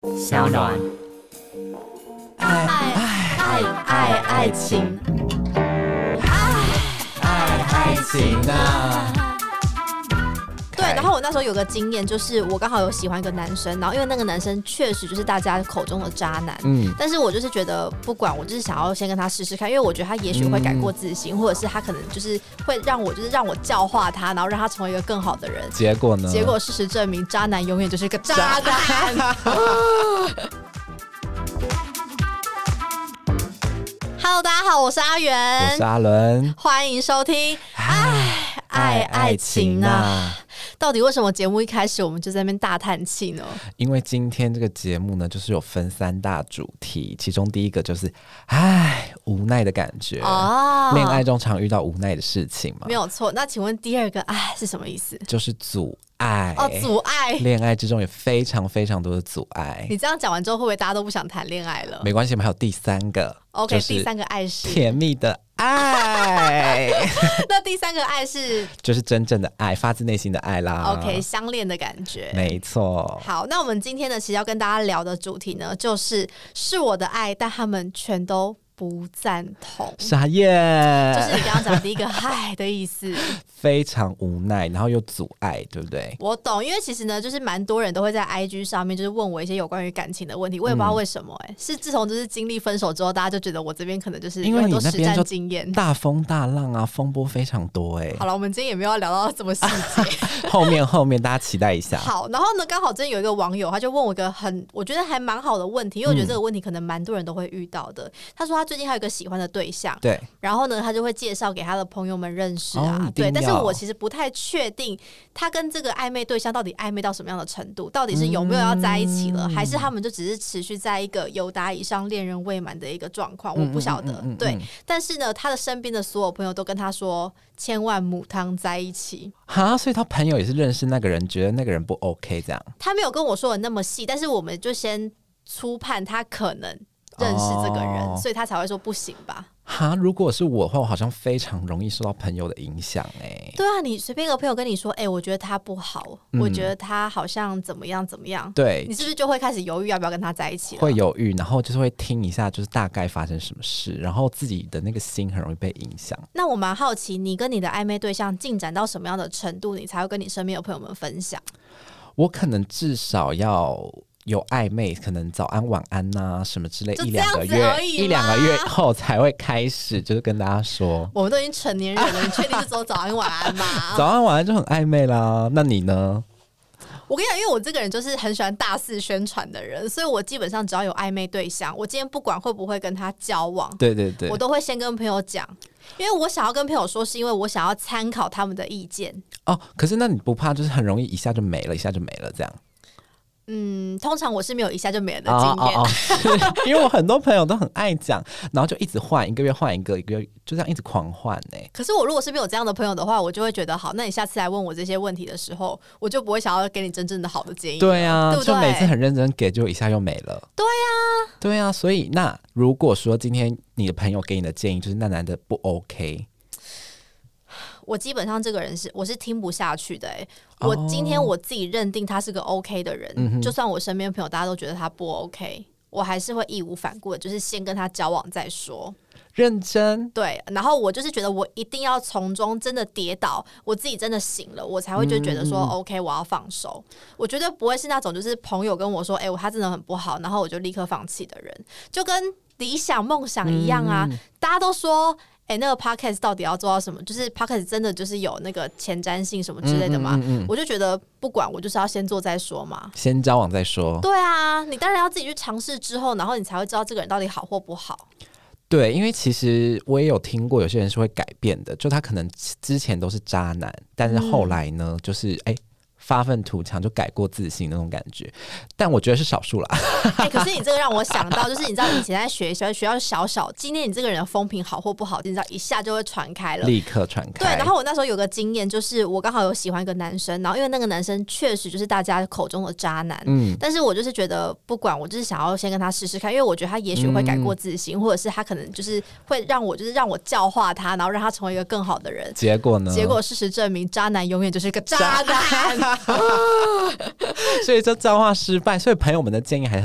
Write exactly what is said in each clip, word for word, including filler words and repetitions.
小暖， 爱爱爱爱爱情，爱爱爱情啊！ 对，然后我那时候有个经验，就是我刚好有喜欢一个男生，然后因为那个男生确实就是大家口中的渣男，嗯，但是我就是觉得不管，我就是想要先跟他试试看，因为我觉得他也许会改过自新，嗯、或者是他可能就是会让我就是让我教化他，然后让他成为一个更好的人。 结果呢？结果事实证明，渣男永远就是个渣男。Hello， 大家好，我是阿元， 我是阿伦， 欢迎收听《爱爱爱情》啊。到底为什么节目一开始我们就在那边大叹气呢？ 因为今天这个节目呢，就是有分三大主题，其中第一个就是唉无奈的感觉哦，恋爱中常遇到无奈的事情嘛， 没有错。那请问第二个唉是什么意思？ 就是阻碍哦，阻碍。 恋爱之中有非常非常多的阻碍。 你这样讲完之后，会不会大家都不想谈恋爱了？ 没关系，我们还有第三个。 OK， 第三个爱是甜蜜的爱。 那第三个爱是就是真正的爱，发自内心的爱啦。 OK， 相恋的感觉， 没错。 好，那我们今天呢，其实要跟大家聊的主题呢，就是是我的爱，但他们全都不赞同。 傻眼， 就是你刚刚讲第一个嗨的意思， 非常无奈，然后又阻碍，对不对？ 我懂，因为其实呢，就是蛮多人都会在 I G 上面就是问我一些有关于感情的问题，我也不知道为什么、欸，哎、嗯，是自从就是经历分手之后，大家就觉得我这边可能就是有很多实战经验， 大风大浪啊，风波非常多、欸，哎。 好了，我们今天也没有要聊到这么细节， 后面后面大家期待一下。 好，然后呢，刚好真有一个网友，他就问我一个很我觉得还蛮好的问题，因为我觉得这个问题可能蛮多人都会遇到的。他说他最近还有一个喜欢的对象， 对， 然后呢，他就会介绍给他的朋友们认识啊，哦、对，但是我其实不太确定他跟这个暧昧对象到底暧昧到什么样的程度，到底是有没有要在一起了，嗯、还是他们就只是持续在一个友达以上恋人未满的一个状况，我不晓得。嗯嗯嗯嗯、对，但是呢，他的身边的所有朋友都跟他说，千万母汤在一起。 哈，所以他朋友也是认识那个人，觉得那个人不 OK 这样。 他没有跟我说的那么细，但是我们就先初判他可能认识这个人，哦、所以他才会说不行吧。 哈，如果是我的话，我好像非常容易受到朋友的影响哎、欸。 对啊，你随便一个朋友跟你说，哎、欸，我觉得他不好，嗯、我觉得他好像怎么样怎么样， 对， 你是不是就会开始犹豫要不要跟他在一起了？ 会犹豫，然后就是会听一下，就是大概发生什么事，然后自己的那个心很容易被影响。 那我蛮好奇，你跟你的暧昧对象进展到什么样的程度，你才会跟你身边的朋友们分享？ 我可能至少要有暧昧，可能早安晚安啊什么之类，一两个月一两个月后才会开始，就是跟大家说， 我们都已经成年人了，你确定是走早安晚安吗？ 早安晚安就很暧昧啦。那你呢？ 我跟你讲，因为我这个人就是很喜欢大肆宣传的人，所以我基本上只要有暧昧对象，我今天不管会不会跟他交往， 对对对， 我都会先跟朋友讲，因为我想要跟朋友说，是因为我想要参考他们的意见。 哦，可是那你不怕就是很容易一下就没了，一下就没了这样？ 嗯，通常我是没有一下就没了的经验，哦哦哦、因为我很多朋友都很爱讲，然后就一直换，一个月换一个，一个月就这样一直狂换呢、欸。 可是我如果是没有这样的朋友的话，我就会觉得好，那你下次来问我这些问题的时候，我就不会想要给你真正的好的建议。 对啊， 对不对？ 就每次很认真给，就一下又没了。 对啊， 对啊，所以那如果说今天你的朋友给你的建议就是那男的不 OK。 我基本上这个人是我是听不下去的、欸、我今天我自己认定他是个 OK 的人、哦、就算我身边朋友大家都觉得他不 OK， 我还是会义无反顾的，就是先跟他交往再说。 认真对，然后我就是觉得我一定要从中真的跌倒，我自己真的醒了，我才会就觉得说、嗯、OK 我要放手。我绝对不会是那种就是朋友跟我说哎、欸，他真的很不好，然后我就立刻放弃的人，就跟理想梦想一样啊、嗯、大家都说哎、欸，那个 podcast 到底要做到什么？就是 podcast 真的就是有那个前瞻性什么之类的嘛？嗯嗯嗯，我就觉得不管，我就是要先做再说嘛， 先交往再说。 对啊，你当然要自己去尝试之后，然后你才会知道这个人到底好或不好。 对，因为其实我也有听过有些人是会改变的，就他可能之前都是渣男，但是后来呢，嗯、就是哎。欸发愤图强就改过自新那种感觉，但我觉得是少数啦。 欸、可是你这个让我想到，就是你知道以前在学校学校小小，今天你这个人的风评好或不好，你知道一下就会传开了， 立刻传开。 对，然后我那时候有个经验，就是我刚好有喜欢一个男生，然后因为那个男生确实就是大家口中的渣男，嗯，但是我就是觉得不管，我就是想要先跟他试试看，因为我觉得他也许会改过自新，嗯、或者是他可能就是会让我就是让我教化他，然后让他成为一个更好的人。 结果呢？ 结果事实证明，渣男永远就是个渣男。 所以就教化失败，所以朋友们的建议还是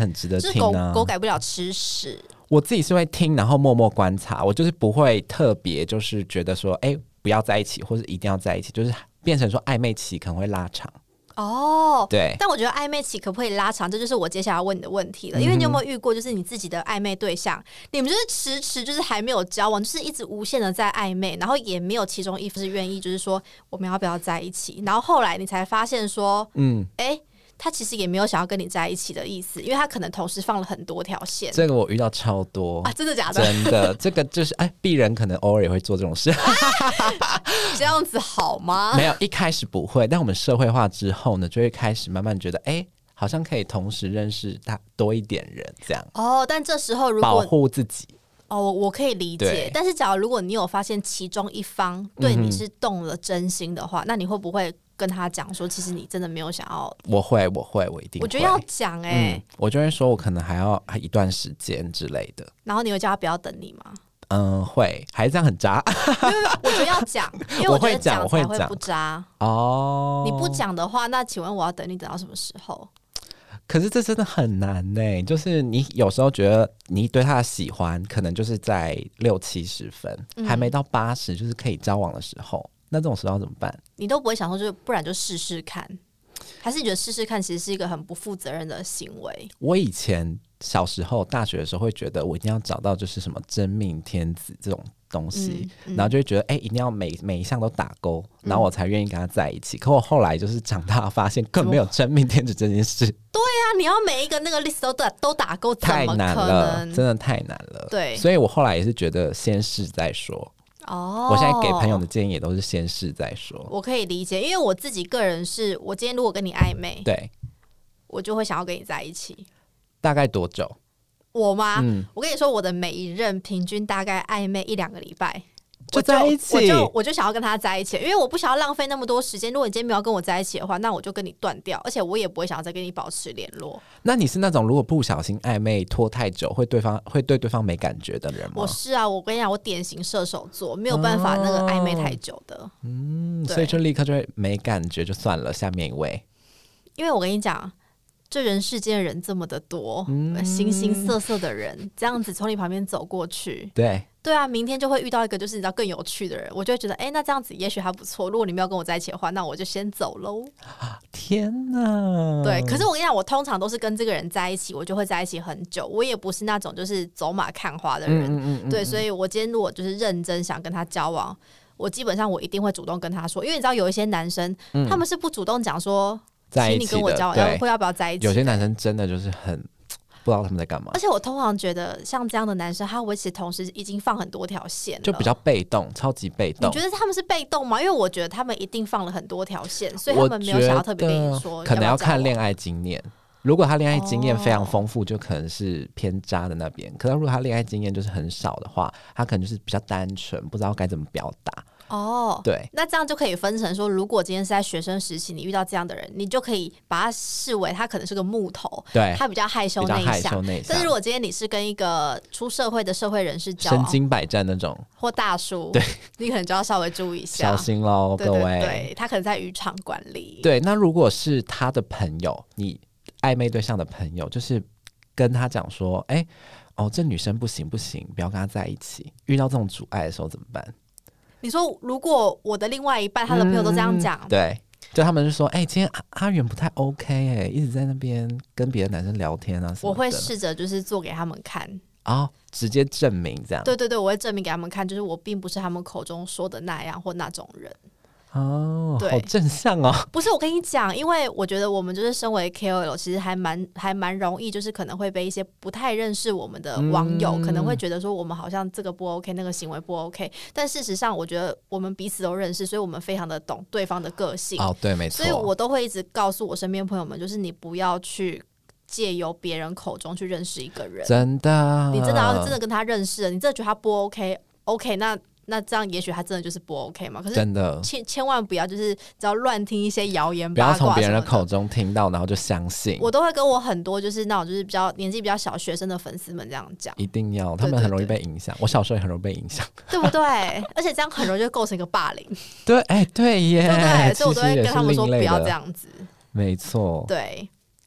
很值得听啊。狗狗改不了吃屎。 我自己是会听，然后默默观察，我就是不会特别就是觉得说，哎、欸，不要在一起，或者一定要在一起，就是变成说暧昧期可能会拉长。 哦， 对， 但我觉得暧昧期可不可以拉长，这就是我接下来要问你的问题了。因为你有没有遇过，就是你自己的暧昧对象，你们就是迟迟就是还没有交往，就是一直无限的在暧昧，然后也没有其中一方是愿意，就是说我们要不要在一起，然后后来你才发现说，嗯，哎、欸。他其实也没有想要跟你在一起的意思，因为他可能同时放了很多条线。 这个我遇到超多啊，真的假的？ 真的，这个就是哎，鄙人可能偶尔也会做这种事。 这样子好吗？ 没有，一开始不会，但我们社会化之后呢，就会开始慢慢觉得，哎，好像可以同时认识他多一点人，这样。 哦，但这时候如果保护自己。 哦，我可以理解。但是，假如如果你有发现其中一方对你是动了真心的话，嗯、那你会不会跟他讲说，其实你真的没有想要？ 我会，我会，我一定会。 我觉得要讲哎、欸嗯， 我就会说，我可能还要一段时间之类的。 然后你会叫他不要等你吗？ 嗯，会，还是这样很渣。 没有没有，我觉得要讲，因为我觉得讲才会不渣。 哦， 你不讲的话，那请问我要等你等到什么时候？ 可是这真的很难呢、欸，就是你有时候觉得你对他的喜欢可能就是在六七十分、嗯，还没到八十，就是可以交往的时候，那这种时候怎么办？ 你都不会想说，就不然就试试看，还是你觉得试试看其实是一个很不负责任的行为？我以前小时候大学的时候会觉得我一定要找到就是什么真命天子这种东西、嗯嗯、然后就会觉得哎、欸，一定要每每一项都打勾，然后我才愿意跟他在一起、嗯、可我后来就是长大发现根本没有真命天子这件事。 对啊，你要每一个那个 list 都打都打勾，怎么可能？ 太难了，真的太难了。 对， 所以我后来也是觉得先试再说。哦，我现在给朋友的建议也都是先试再说。 我可以理解，因为我自己个人是，我今天如果跟你暧昧， 对， 我就会想要跟你在一起。 大概多久？ 我吗、嗯？我跟你说，我的每一任平均大概暧昧一两个礼拜就在一起， 我就我就我就想要跟他在一起，因为我不想要浪费那么多时间。如果你今天没有跟我在一起的话，那我就跟你断掉，而且我也不会想要再跟你保持联络。 那你是那种如果不小心暧昧拖太久，会对方会对对方没感觉的人吗？ 我是啊，我跟你讲，我典型射手座，没有办法那个暧昧太久的。哦、 嗯，所以就立刻就会没感觉，就算了。下面一位， 因为我跟你讲。这人世间的人这么的多、嗯、形形色色的人，这样子从你旁边走过去， 对对啊，明天就会遇到一个就是你知道更有趣的人，我就会觉得哎、欸，那这样子也许还不错。如果你没有跟我在一起的话，那我就先走喽。 天哪， 对，可是我跟你讲，我通常都是跟这个人在一起，我就会在一起很久。我也不是那种就是走马看花的人，嗯嗯嗯嗯对，所以我今天如果就是认真想跟他交往，我基本上我一定会主动跟他说，因为你知道有一些男生、嗯、他们是不主动讲说。 在一起的， 请你跟我交往，要会要不要在一起？ 有些男生真的就是很不知道他们在干嘛。 而且我通常觉得，像这样的男生，他维持同时已经放很多条线了， 就比较被动，超级被动。 你觉得他们是被动吗？因为我觉得他们一定放了很多条线，所以他们没有想要特别跟你说。 可能要看恋爱经验。如果他恋爱经验非常丰富，就可能是偏渣的那边；可是如果他恋爱经验就是很少的话，他可能就是比较单纯，不知道该怎么表达。 哦， 对， 那这样就可以分成说，如果今天是在学生时期，你遇到这样的人，你就可以把他视为他可能是个木头， 对， 他比较害羞内向。但是如果今天你是跟一个出社会的社会人士交往， 身经百战那种， 或大叔， 对， 你可能就要稍微注意一下， 小心喽，各位。 对对对，他可能在渔场管理。 对，那如果是他的朋友，你暧昧对象的朋友，就是跟他讲说，哎、欸，哦，这女生不行不行，不要跟她在一起。遇到这种阻碍的时候怎么办？ 你说，如果我的另外一半，他的朋友都这样讲、 嗯，对，就他们就说，哎、欸，今天阿阿元不太 OK 哎、欸，一直在那边跟别的男生聊天啊什么的。 我会试着就是做给他们看， 哦，直接证明这样。 对对对，我会证明给他们看，就是我并不是他们口中说的那样或那种人。 哦，好正向哦！ 不是，我跟你讲，因为我觉得我们就是身为 K O L， 其实还蛮还蛮容易，就是可能会被一些不太认识我们的网友、嗯、可能会觉得说我们好像这个不 OK， 那个行为不 OK。但事实上，我觉得我们彼此都认识，所以我们非常的懂对方的个性。 哦，对，没错。 所以我都会一直告诉我身边朋友们，就是你不要去借由别人口中去认识一个人， 真的， 你真的要真的跟他认识了，你真的觉得他不 OK，OK，、OK, 那。那这样也许他真的就是不 OK 嘛？可是真的千千万不要就是只要乱听一些谣言八卦， 不要从别人的口中听到然后就相信。 我都会跟我很多就是那种就是比较年纪比较小学生的粉丝们这样讲， 一定要，他们很容易被影响。我小时候也很容易被影响， 对不对？而且这样很容易就构成一个霸凌。 对，哎、欸，对耶， 对不对？所以我都会跟他们说不要这样子。 没错， 对。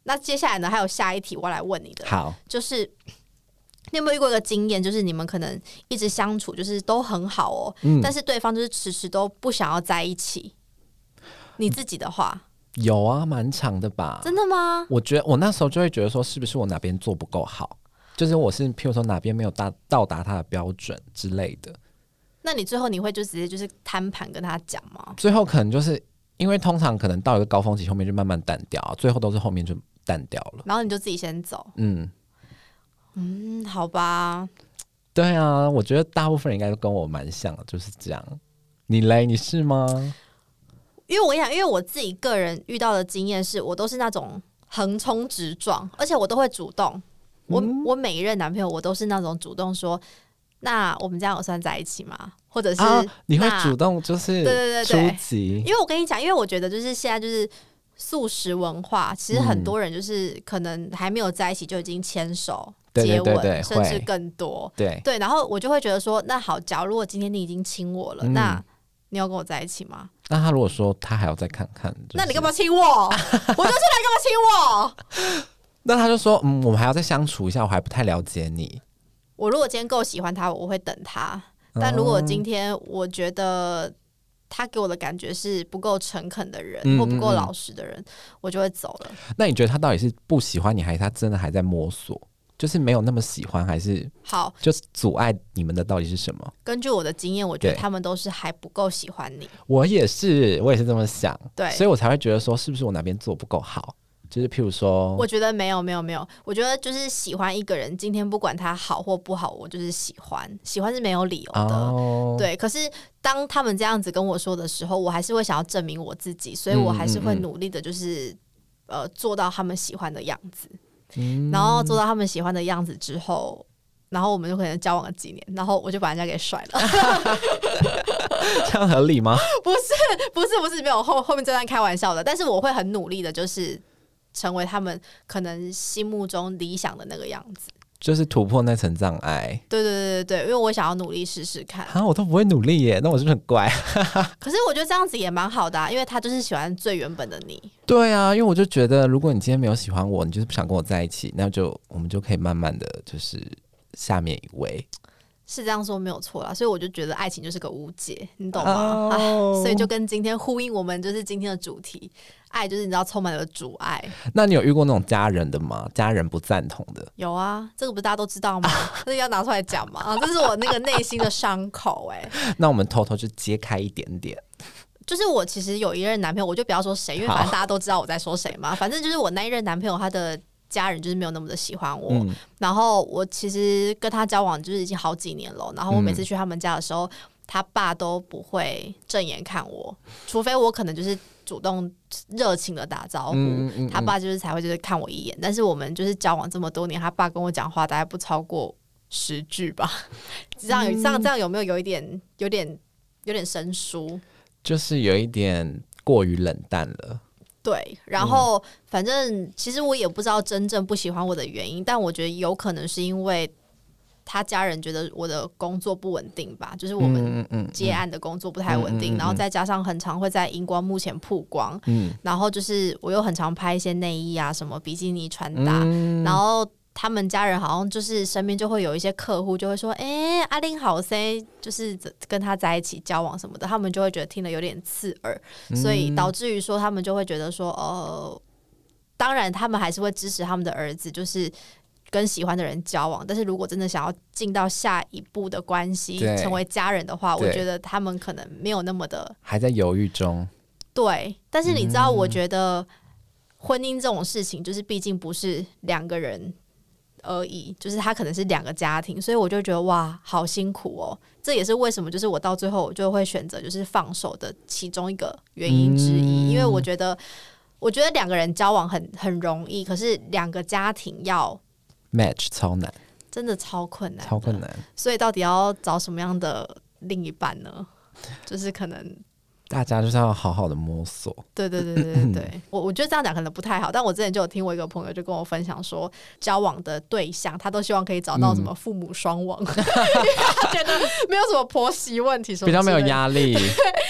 那接下来呢，还有下一题我要来问你的， 好， 就是你有没有遇过一个经验，就是你们可能一直相处，就是都很好哦，嗯、但是对方就是迟迟都不想要在一起。你自己的话， 有啊，蛮长的吧？ 真的吗？ 我觉得我那时候就会觉得说，是不是我哪边做不够好？就是我是譬如说哪边没有达到达他的标准之类的。 那你最后你会就直接就是摊盘跟他讲吗？ 最后可能就是因为通常可能到一个高峰期，后面就慢慢淡掉，最后都是后面就淡掉了， 然后你就自己先走。 嗯嗯，好吧。 对啊，我觉得大部分人应该都跟我蛮像的，就是这样。你嘞？你是吗？ 因为我跟你讲，因为我自己个人遇到的经验是，我都是那种横冲直撞，而且我都会主动。我、嗯、我每一任男朋友，我都是那种主动说，那我们这样有算在一起吗？或者是、啊、 你会主动就是对对对对出击？ 因为我跟你讲，因为我觉得就是现在就是速食文化，其实很多人就是可能还没有在一起就已经牵手。接吻， 对对对对， 甚至更多， 对对，然后我就会觉得说，那好，假如我今天你已经亲我了，嗯、那你要跟我在一起吗？ 那他如果说他还要再看看，就是、 那你干嘛亲我？我就出来干嘛亲我？ 那他就说，嗯，我们还要再相处一下，我还不太了解你。 我如果今天够喜欢他，我会等他；但如果今天我觉得他给我的感觉是不够诚恳的人，嗯、或不够老实的人，嗯、我就会走了。 那你觉得他到底是不喜欢你，还是他真的还在摸索？就是没有那么喜欢，还是好， 就是阻碍你们的到底是什么？ 根据我的经验，我觉得他们都是还不够喜欢你。 我也是，我也是这么想， 对， 所以我才会觉得说，是不是我哪边做不够好？就是譬如说， 我觉得没有没有没有，我觉得就是喜欢一个人，今天不管他好或不好，我就是喜欢，喜欢是没有理由的，哦、对。可是当他们这样子跟我说的时候，我还是会想要证明我自己，所以我还是会努力的，就是、嗯嗯、呃做到他们喜欢的样子。嗯、然后做到他们喜欢的样子之后，然后我们就可能交往了几年，然后我就把人家给甩了。 这样合理吗？ 不是不是不是，没有，后后面这段开玩笑的，但是我会很努力的，就是成为他们可能心目中理想的那个样子， 就是突破那层障碍。 对对对对对，因为我想要努力试试看。 啊，我都不会努力耶，那我是不是很乖？ 可是我觉得这样子也蛮好的、啊，因为他就是喜欢最原本的你。 对啊，因为我就觉得，如果你今天没有喜欢我，你就是不想跟我在一起，那就我们就可以慢慢的就是下面一位。 是这样说没有错啦，所以我就觉得爱情就是个无解，你懂吗？ Oh. 所以就跟今天呼应我们就是今天的主题，爱就是你知道充满了阻碍。 那你有遇过那种家人的吗？家人不赞同的？ 有啊，这个不是大家都知道吗？这个要拿出来讲嘛？这是我那个内心的伤口哎、欸。 那我们偷偷就揭开一点点。 就是我其实有一任男朋友，我就不要说谁，因为反正大家都知道我在说谁嘛。反正就是我那一任男朋友，他的家人就是没有那么的喜欢我、嗯、然后我其实跟他交往就是已经好几年了，然后我每次去他们家的时候、嗯、他爸都不会正眼看我，除非我可能就是主动热情的打招呼、嗯嗯嗯、他爸就是才会就是看我一眼。但是我们就是交往这么多年，他爸跟我讲话大概不超过十句吧。这样这样这样有没有有一点有点有点生疏？就是有一点过于冷淡了。 对，然后、嗯、反正其实我也不知道真正不喜欢我的原因，但我觉得有可能是因为他家人觉得我的工作不稳定吧，就是我们接案的工作不太稳定、嗯嗯嗯嗯、然后再加上很常会在荧光幕前曝光、嗯、然后就是我又很常拍一些内衣啊什么比基尼穿搭、嗯、然后他们家人好像就是身边就会有一些客户就会说，哎、欸，阿玲好 C， 就是跟他在一起交往什么的，他们就会觉得听得有点刺耳、嗯、所以导致于说他们就会觉得说，呃，当然他们还是会支持他们的儿子就是跟喜欢的人交往，但是如果真的想要进到下一步的关系成为家人的话，我觉得他们可能没有那么的还在犹豫中。 对，但是你知道我觉得婚姻这种事情就是毕竟不是两个人而已，就是他可能是两个家庭，所以我就觉得哇好辛苦哦。这也是为什么就是我到最后我就会选择就是放手的其中一个原因之一、嗯、因为我觉得我觉得两个人交往很很容易，可是两个家庭要 match 超难， 真的超困难超困难。 所以到底要找什么样的另一半呢？就是可能大家就是要好好的摸索。对对对对对对，我我觉得这样讲可能不太好，但我之前就有听我一个朋友就跟我分享说，交往的对象他都希望可以找到什么父母双亡、嗯、因为他觉得没有什么婆媳问题什么， 比较没有压力。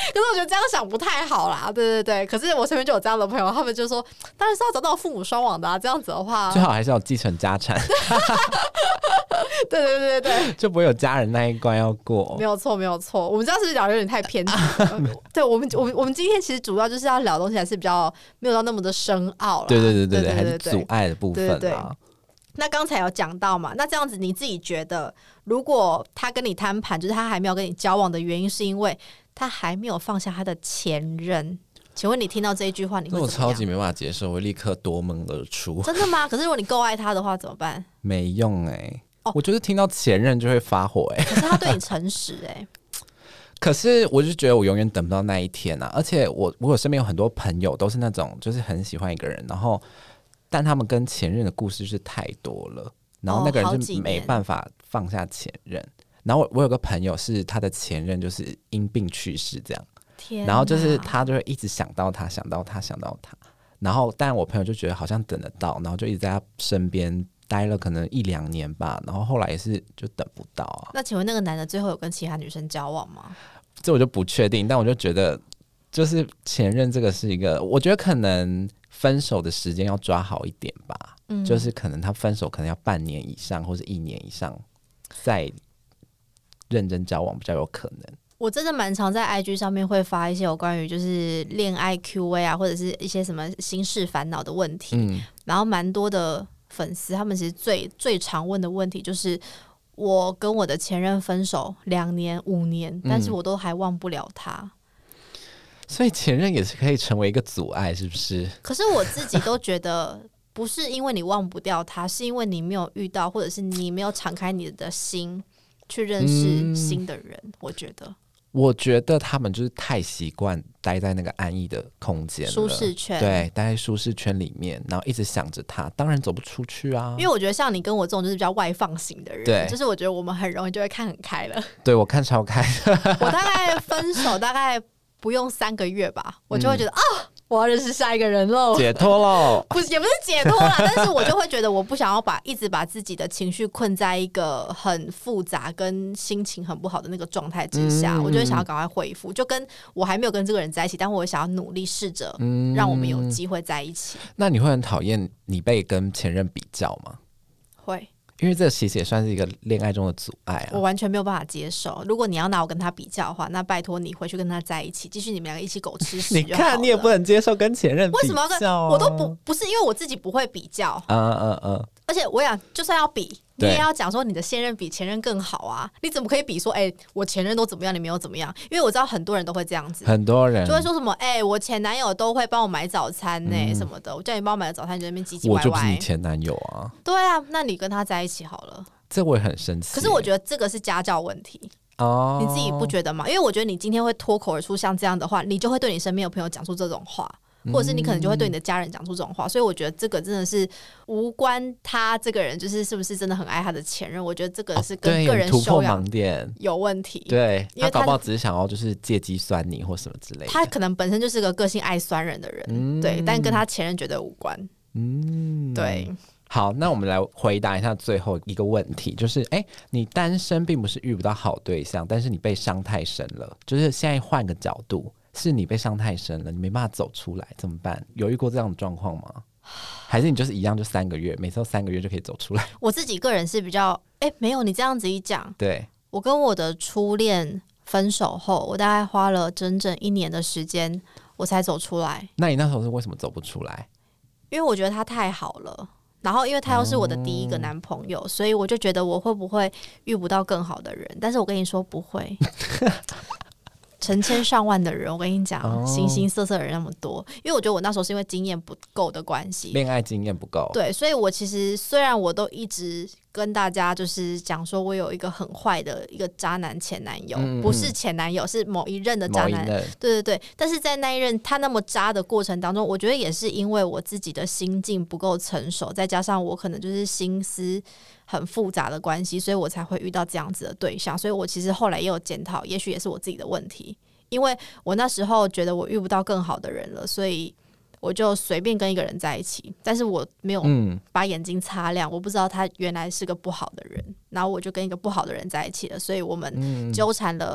是我觉得这样想不太好啦，对对对。可是我身边就有这样的朋友，他们就说，当然是要找到父母双亡的啊，这样子的话， 最好还是要继承家产。 对对对对对， 就不会有家人那一关要过。 没有错，没有错。我们这样是不是聊得有点太偏激了？对，我们我们我们今天其实主要就是要聊的东西，还是比较没有到那么的深奥啦。 对对对对对， 还是阻碍的部分啦。 对对对，那刚才有讲到嘛，那这样子你自己觉得，如果他跟你摊盘，就是他还没有跟你交往的原因，是因为他还没有放下他的前任。请问你听到这一句话，你会怎么样？ 我超级没办法接受，我立刻夺门而出。 真的吗？可是如果你够爱他的话，怎么办？ 没用哎、欸哦， 我就是听到前任就会发火哎、欸。 可是他对你诚实哎、欸。 可是我就觉得我永远等不到那一天啊！而且我我身边有很多朋友都是那种就是很喜欢一个人，然后但他们跟前任的故事就是太多了，然后那个人是没办法放下前任。哦、然后我我有个朋友是他的前任就是因病去世这样。然后就是他就会一直想到他想到他想到他，然后但我朋友就觉得好像等得到，然后就一直在他身边待了可能一两年吧，然后后来也是就等不到啊。 那请问那个男的最后有跟其他女生交往吗？ 这我就不确定，但我就觉得就是前任这个是一个，我觉得可能分手的时间要抓好一点吧、嗯、就是可能他分手可能要半年以上或是一年以上再认真交往比较有可能。 我真的蛮常在 I G 上面会发一些有关于就是恋爱 Q A 啊，或者是一些什么心事烦恼的问题、嗯、然后蛮多的粉丝他们其实最最常问的问题就是我跟我的前任分手两年五年，但是我都还忘不了他、嗯、 所以前任也是可以成为一个阻碍是不是？ 可是我自己都觉得不是因为你忘不掉他，是因为你没有遇到，或者是你没有敞开你的心去认识新的人、嗯、我觉得我觉得他们就是太习惯待在那个安逸的空间了， 舒适圈， 对，待在舒适圈里面，然后一直想着他，当然走不出去啊。 因为我觉得像你跟我这种就是比较外放型的人，对，就是我觉得我们很容易就会看很开了。 对，我看超开我大概分手大概不用三个月吧，我就会觉得、嗯、啊我要认识下一个人喽， 解脱喽。 不是，也不是解脱啦，但是我就会觉得我不想要把一直把自己的情绪困在一个很复杂跟心情很不好的那个状态之下、嗯、我就会想要赶快恢复，就跟我还没有跟这个人在一起，但我想要努力试着让我们有机会在一起、嗯、 那你会很讨厌你被跟前任比较吗？ 会， 因为这其实也算是一个恋爱中的阻碍啊， 我完全没有办法接受。如果你要拿我跟他比较的话，那拜托你回去跟他在一起，继续你们两个一起狗吃屎就好了。 你看，你也不能接受跟前任比较、啊、 为什么要跟？我都不不是因为我自己不会比较，嗯嗯嗯，而且我想，就算要比，你也要讲说你的现任比前任更好啊！你怎么可以比说，哎、欸，我前任都怎么样，你没有怎么样？因为我知道很多人都会这样子， 很多人就会说什么，哎、欸，我前男友都会帮我买早餐呢、欸嗯，什么的，我叫你帮我买个早餐，你在那边唧唧歪歪。 我就不是你前男友啊。 对啊，那你跟他在一起好了。 这我也很生气。 可是我觉得这个是家教问题哦，你自己不觉得吗？因为我觉得你今天会脱口而出像这样的话，你就会对你身边的朋友讲出这种话。或者是你可能就会对你的家人讲出这种话、嗯、所以我觉得这个真的是无关他这个人就是是不是真的很爱他的前任，我觉得这个是跟个人修养有问题、 哦、对，因为 他, 他搞不好只是想要就是借机酸你或什么之类的， 他可能本身就是个个性爱酸人的人、嗯、对，但跟他前任绝对无关。嗯，对。 好，那我们来回答一下最后一个问题，就是哎，你单身并不是遇不到好对象，但是你被伤太深了，就是现在换个角度，是你被伤太深了，你没办法走出来，怎么办？有遇过这样的状况吗？还是你就是一样就三个月，每次都三个月就可以走出来？ 我自己个人是比较，哎，没有你这样子一讲， 对， 我跟我的初恋分手后，我大概花了整整一年的时间，我才走出来。 那你那时候是为什么走不出来？ 因为我觉得他太好了。然后因为他又是我的第一个男朋友、哦、所以我就觉得我会不会遇不到更好的人，但是我跟你说不会成千上万的人，我跟你讲、哦、形形色色的人那么多，因为我觉得我那时候是因为经验不够的关系， 恋爱经验不够， 对，所以我其实虽然我都一直跟大家就是讲说我有一个很坏的一个渣男前男友、嗯、不是前男友，是某一任的渣男，对对对，但是在那一任他那么渣的过程当中，我觉得也是因为我自己的心境不够成熟，再加上我可能就是心思很复杂的关系，所以我才会遇到这样子的对象。所以我其实后来也有检讨，也许也是我自己的问题，因为我那时候觉得我遇不到更好的人了，所以我就随便跟一个人在一起，但是我没有把眼睛擦亮、嗯、我不知道他原来是个不好的人，然后我就跟一个不好的人在一起了，所以我们纠缠了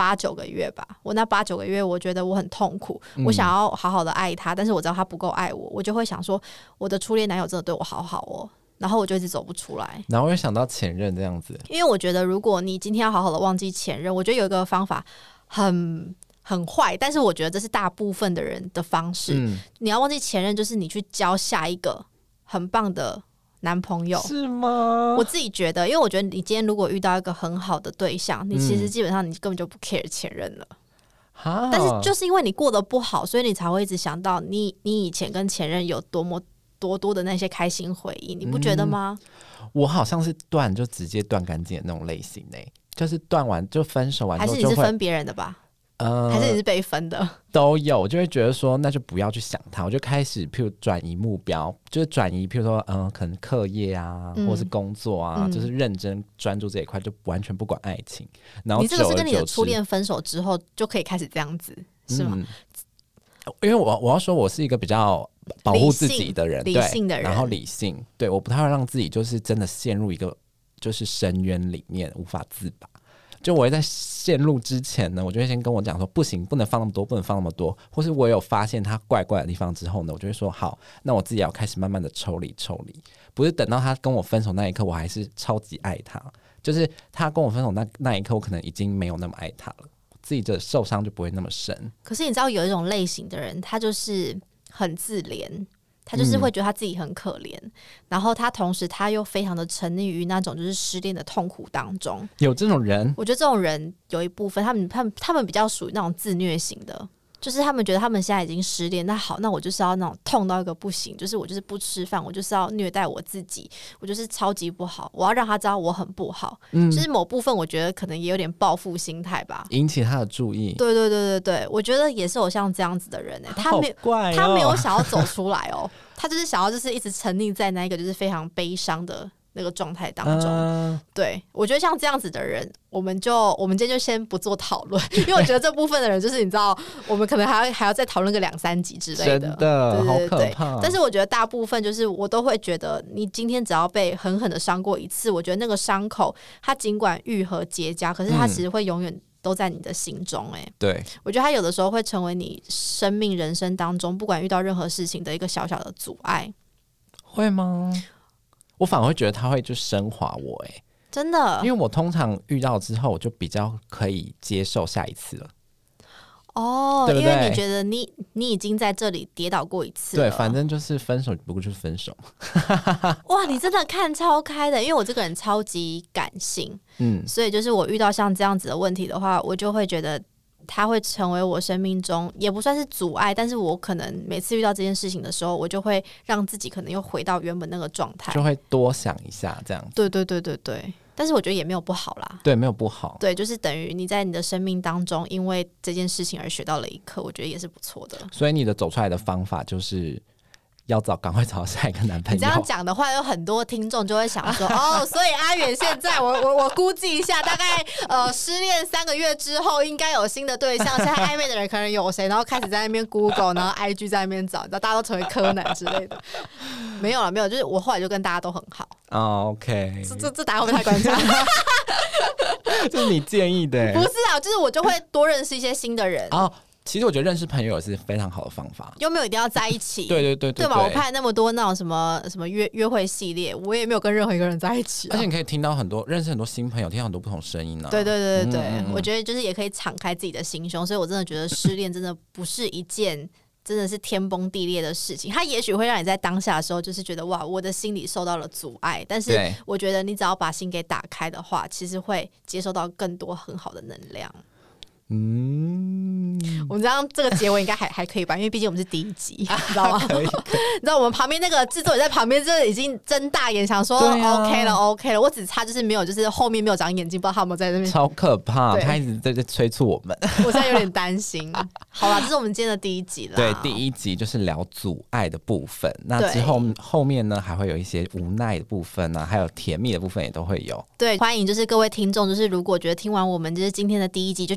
八九个月吧，我那八九个月我觉得我很痛苦、嗯、我想要好好的爱他，但是我知道他不够爱我，我就会想说我的初恋男友真的对我好好哦，然后我就一直走不出来， 然后又想到前任这样子。 因为我觉得如果你今天要好好的忘记前任，我觉得有一个方法很很坏，但是我觉得这是大部分的人的方式、嗯、你要忘记前任就是你去交下一个很棒的男朋友。 是吗？ 我自己觉得，因为我觉得你今天如果遇到一个很好的对象，你其实基本上你根本就不 care 前任了、嗯、但是就是因为你过得不好，所以你才会一直想到你你以前跟前任有多么多多的那些开心回忆，你不觉得吗？ 嗯、我好像是断就直接断干净的那种类型耶，就是断完就分手完之后就会， 还是你是分别人的吧？呃、还是你是被分的？ 都有，我就会觉得说那就不要去想他，我就开始譬如转移目标，就是转移譬如说嗯、呃，可能课业啊、嗯、或是工作啊、嗯、就是认真专注这一块，就完全不管爱情。然后你这个是跟你的初恋分手之后就可以开始这样子是吗？嗯、 因为我我要说我是一个比较保护自己的人， 理性的人， 然后理性，对，我不太会让自己就是真的陷入一个就是深渊里面无法自拔。就我会在陷入之前呢，我就会先跟我讲说不行，不能放那么多，不能放那么多，或是我有发现他怪怪的地方之后呢，我就会说好，那我自己要开始慢慢的抽离抽离，不是等到他跟我分手那一刻我还是超级爱他，就是他跟我分手 那, 那一刻我可能已经没有那么爱他了，自己的受伤就不会那么深。 可是你知道有一种类型的人，他就是很自怜，他就是会觉得他自己很可怜、嗯、然后他同时他又非常的沉溺于那种就是失恋的痛苦当中。 有这种人？ 我觉得这种人有一部分他们他们他们比较属于那种自虐型的，就是他们觉得他们现在已经失恋，那好，那我就是要那种痛到一个不行，就是我就是不吃饭，我就是要虐待我自己，我就是超级不好，我要让他知道我很不好、嗯、就是某部分我觉得可能也有点报复心态吧， 引起他的注意。 对对对对对，我觉得也是有像这样子的人、欸、他没有、 好怪哦、 他没有想要走出来哦他就是想要就是一直沉溺在那一个就是非常悲伤的那个状态当中、呃、对，我觉得像这样子的人我们就我们今天就先不做讨论因为我觉得这部分的人就是你知道我们可能还要还要再讨论个两三集之类的， 真的对对对对，好可怕。 但是我觉得大部分就是我都会觉得你今天只要被狠狠的伤过一次，我觉得那个伤口它尽管愈合结痂，可是它其实会永远都在你的心中、欸、 对， 我觉得它有的时候会成为你生命人生当中不管遇到任何事情的一个小小的阻碍。 会吗？我反而会觉得它会就升华我、欸、 真的， 因为我通常遇到之后我就比较可以接受下一次了。 哦， 对不对？ 因为你觉得你你已经在这里跌倒过一次了， 对，反正就是分手不过就是分手哇，你真的看超开的，因为我这个人超级感性，嗯，所以就是我遇到像这样子的问题的话，我就会觉得它会成为我生命中也不算是阻碍，但是我可能每次遇到这件事情的时候，我就会让自己可能又回到原本那个状态， 就会多想一下这样子。 对对对对对，但是我觉得也没有不好啦。 对，没有不好。 对，就是等于你在你的生命当中因为这件事情而学到了一课，我觉得也是不错的。 所以你的走出来的方法就是要找赶快找下一个男朋友。 你这样讲的话，有很多听众就会想说哦，所以阿远现在我我我估计一下，大概呃失恋三个月之后应该有新的对象，现在暧昧的人可能有谁，然后开始在那边 Google， 然后 I G 在那边找，大家都成为柯南之类的。没有了，没有，就是我后来就跟大家都很好。 哦 OK， 这这这答案会不会太官腔？ 这是你建议的、欸？ 不是啊，就是我就会多认识一些新的人。 哦，其实我觉得认识朋友也是非常好的方法， 又没有一定要在一起。 对对对 对, 对嘛，我拍那么多那种什么什么约约会系列，我也没有跟任何一个人在一起、啊。 而且你可以听到很多认识很多新朋友，听到很多不同声音啊。 对对对对对、嗯嗯嗯，我觉得就是也可以敞开自己的心胸，所以我真的觉得失恋真的不是一件真的是天崩地裂的事情，它也许会让你在当下的时候就是觉得哇，我的心里受到了阻碍，但是我觉得你只要把心给打开的话，其实会接收到更多很好的能量。嗯，我们这样这个结尾应该还还可以吧？因为毕竟我们是第一集，你知道吗？ 可以可以你知道我们旁边那个制作人在旁边，就已经睁大眼想说、啊、OK 了 OK 了，我只差就是没有，就是后面没有长眼睛，不知道他有没有在那边。 超可怕，他一直在这催促我们， 我现在有点担心。好啦，这是我们今天的第一集了。 对，第一集就是聊阻碍的部分，那之后后面呢还会有一些无奈的部分啊，还有甜蜜的部分也都会有。 对，欢迎就是各位听众，就是如果觉得听完我们就是今天的第一集就觉得还不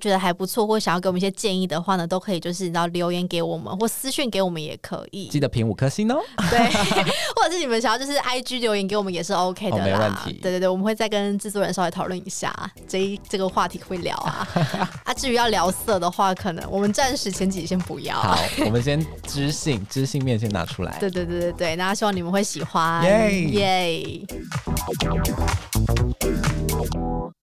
不错，或想要给我们一些建议的话呢，都可以就是你知道留言给我们，或私讯给我们也可以。 记得评五颗星哦。 对，或者是你们想要就是 I G 留言给我们也是 OK 的啦。哦， 没问题。 对对对，我们会再跟制作人稍微讨论一下这一这个话题可不可以聊啊？啊，至于要聊色的话，可能我们暂时前几集先不要。 好，我们先知性知性面先拿出来。 对对对对对，那希望你们会喜欢。耶、yeah! yeah!